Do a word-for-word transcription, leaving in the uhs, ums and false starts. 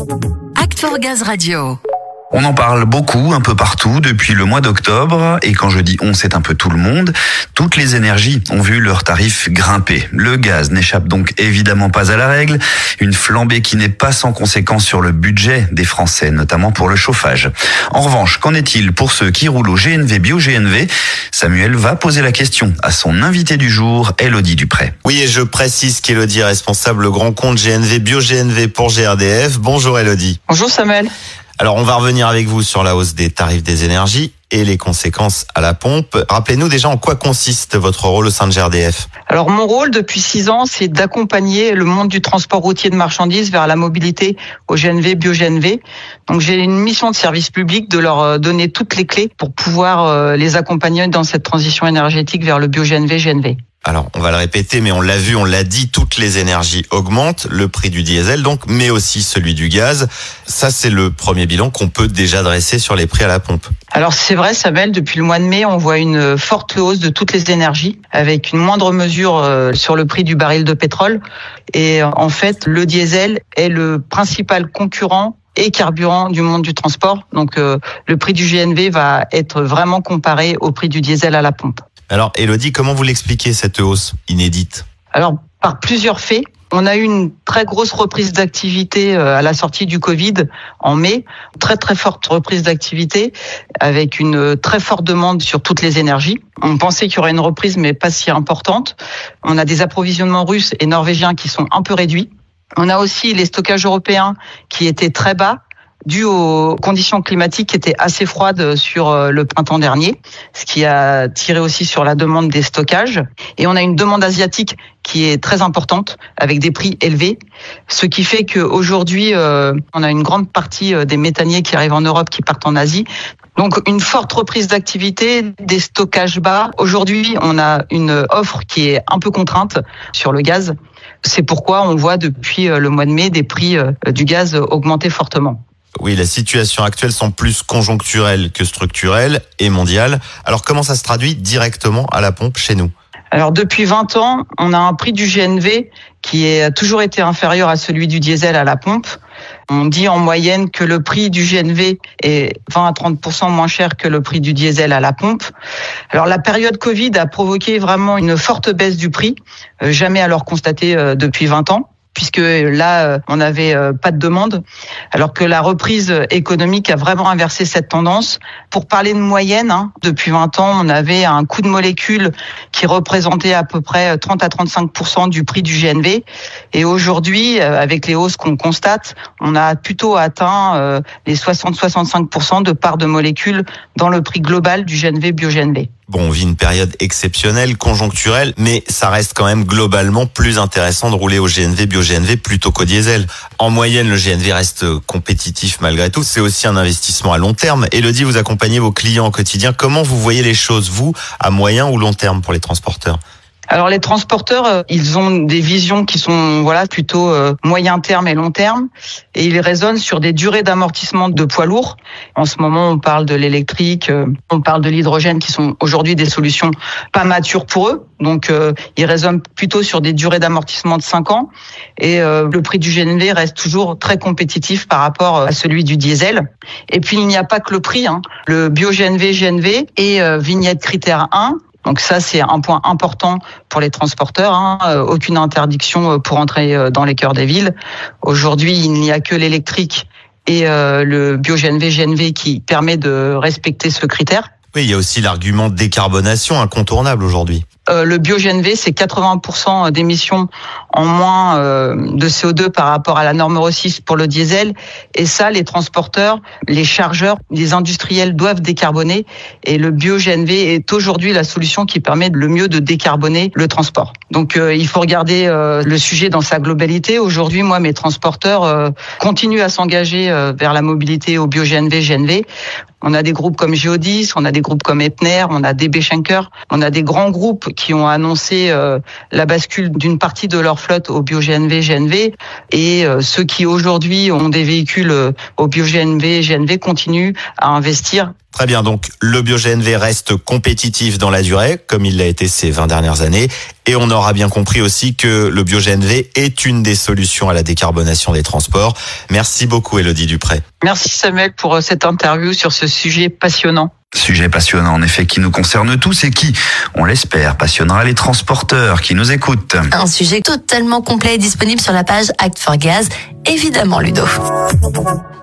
Act for Gaz Radio. On en parle beaucoup, un peu partout, depuis le mois d'octobre. Et quand je dis on, c'est un peu tout le monde. Toutes les énergies ont vu leurs tarifs grimper. Le gaz n'échappe donc évidemment pas à la règle. Une flambée qui n'est pas sans conséquence sur le budget des Français, notamment pour le chauffage. En revanche, qu'en est-il pour ceux qui roulent au G N V Bio-G N V ? Samuel va poser la question à son invité du jour, Élodie Dupré. Oui, et je précise qu'Élodie est responsable grand compte G N V Bio-G N V pour G R D F. Bonjour Élodie. Bonjour Samuel. Alors, on va revenir avec vous sur la hausse des tarifs des énergies et les conséquences à la pompe. Rappelez-nous déjà en quoi consiste votre rôle au sein de G R D F. Alors, mon rôle depuis six ans, c'est d'accompagner le monde du transport routier de marchandises vers la mobilité au G N V, Bio-G N V. Donc, j'ai une mission de service public de leur donner toutes les clés pour pouvoir les accompagner dans cette transition énergétique vers le Bio-G N V, G N V. Alors, on va le répéter, mais on l'a vu, on l'a dit, toutes les énergies augmentent, le prix du diesel donc, mais aussi celui du gaz. Ça, c'est le premier bilan qu'on peut déjà dresser sur les prix à la pompe. Alors, c'est vrai, Samuel, depuis le mois de mai, on voit une forte hausse de toutes les énergies, avec une moindre mesure sur le prix du baril de pétrole. Et en fait, le diesel est le principal concurrent et carburant du monde du transport. Donc, euh, le prix du G N V va être vraiment comparé au prix du diesel à la pompe. Alors, Élodie, comment vous l'expliquez, cette hausse inédite ? Alors, par plusieurs faits. On a eu une très grosse reprise d'activité à la sortie du Covid en mai. Très, très forte reprise d'activité avec une très forte demande sur toutes les énergies. On pensait qu'il y aurait une reprise, mais pas si importante. On a des approvisionnements russes et norvégiens qui sont un peu réduits. On a aussi les stockages européens qui étaient très bas, dû aux conditions climatiques qui étaient assez froides sur le printemps dernier, ce qui a tiré aussi sur la demande des stockages. Et on a une demande asiatique qui est très importante, avec des prix élevés, ce qui fait qu'aujourd'hui, euh, on a une grande partie des méthaniers qui arrivent en Europe qui partent en Asie. Donc une forte reprise d'activité, des stockages bas. Aujourd'hui, on a une offre qui est un peu contrainte sur le gaz. C'est pourquoi on voit depuis le mois de mai des prix du gaz augmenter fortement. Oui, la situation actuelle semble plus conjoncturelle que structurelle et mondiale. Alors comment ça se traduit directement à la pompe chez nous ? Alors depuis vingt ans, on a un prix du G N V qui a toujours été inférieur à celui du diesel à la pompe. On dit en moyenne que le prix du G N V est vingt à trente pour cent moins cher que le prix du diesel à la pompe. Alors la période Covid a provoqué vraiment une forte baisse du prix, jamais alors constatée depuis vingt ans. Puisque là, on n'avait pas de demande, alors que la reprise économique a vraiment inversé cette tendance. Pour parler de moyenne, hein, depuis vingt ans, on avait un coût de molécule qui représentait à peu près trente à trente-cinq pour cent du prix du G N V. Et aujourd'hui, avec les hausses qu'on constate, on a plutôt atteint les soixante à soixante-cinq pour cent de part de molécules dans le prix global du G N V Bio-G N V. Bon, on vit une période exceptionnelle, conjoncturelle, mais ça reste quand même globalement plus intéressant de rouler au G N V, Bio-G N V plutôt qu'au diesel. En moyenne, le G N V reste compétitif malgré tout. C'est aussi un investissement à long terme. Élodie, vous accompagnez vos clients au quotidien. Comment vous voyez les choses, vous, à moyen ou long terme pour les transporteurs ? Alors les transporteurs, ils ont des visions qui sont voilà plutôt euh, moyen terme et long terme, et ils raisonnent sur des durées d'amortissement de poids lourds. En ce moment, on parle de l'électrique, euh, on parle de l'hydrogène, qui sont aujourd'hui des solutions pas matures pour eux. Donc euh, ils raisonnent plutôt sur des durées d'amortissement de cinq ans, et euh, le prix du G N V reste toujours très compétitif par rapport à celui du diesel. Et puis il n'y a pas que le prix, hein. Le Bio-G N V, G N V et euh, vignette critère un. Donc ça, c'est un point important pour les transporteurs. Hein. Euh, aucune interdiction pour entrer dans les cœurs des villes. Aujourd'hui, il n'y a que l'électrique et euh, le Bio-G N V, G N V qui permet de respecter ce critère. Oui, il y a aussi l'argument décarbonation incontournable aujourd'hui. Euh, le Bio-G N V, c'est quatre-vingts pour cent d'émissions en moins euh, de C O deux par rapport à la norme Euro six pour le diesel. Et ça, les transporteurs, les chargeurs, les industriels doivent décarboner. Et le Bio-G N V est aujourd'hui la solution qui permet le mieux de décarboner le transport. Donc, euh, il faut regarder euh, le sujet dans sa globalité. Aujourd'hui, moi, mes transporteurs euh, continuent à s'engager euh, vers la mobilité au Bio-G N V, G N V. On a des groupes comme Geodis, on a des groupes comme Epner, on a D B Schenker, on a des grands groupes qui ont annoncé euh, la bascule d'une partie de leur flotte au bio-G N V, G N V, et euh, ceux qui aujourd'hui ont des véhicules au bio-G N V, G N V continuent à investir. Très bien, donc le bio-G N V reste compétitif dans la durée, comme il l'a été ces vingt dernières années, et on aura bien compris aussi que le bio-G N V est une des solutions à la décarbonation des transports. Merci beaucoup Élodie Dupré. Merci Samuel pour cette interview sur ce sujet passionnant. Sujet passionnant en effet qui nous concerne tous et qui, on l'espère, passionnera les transporteurs qui nous écoutent. Un sujet totalement complet et disponible sur la page Act for Gaz, évidemment Ludo.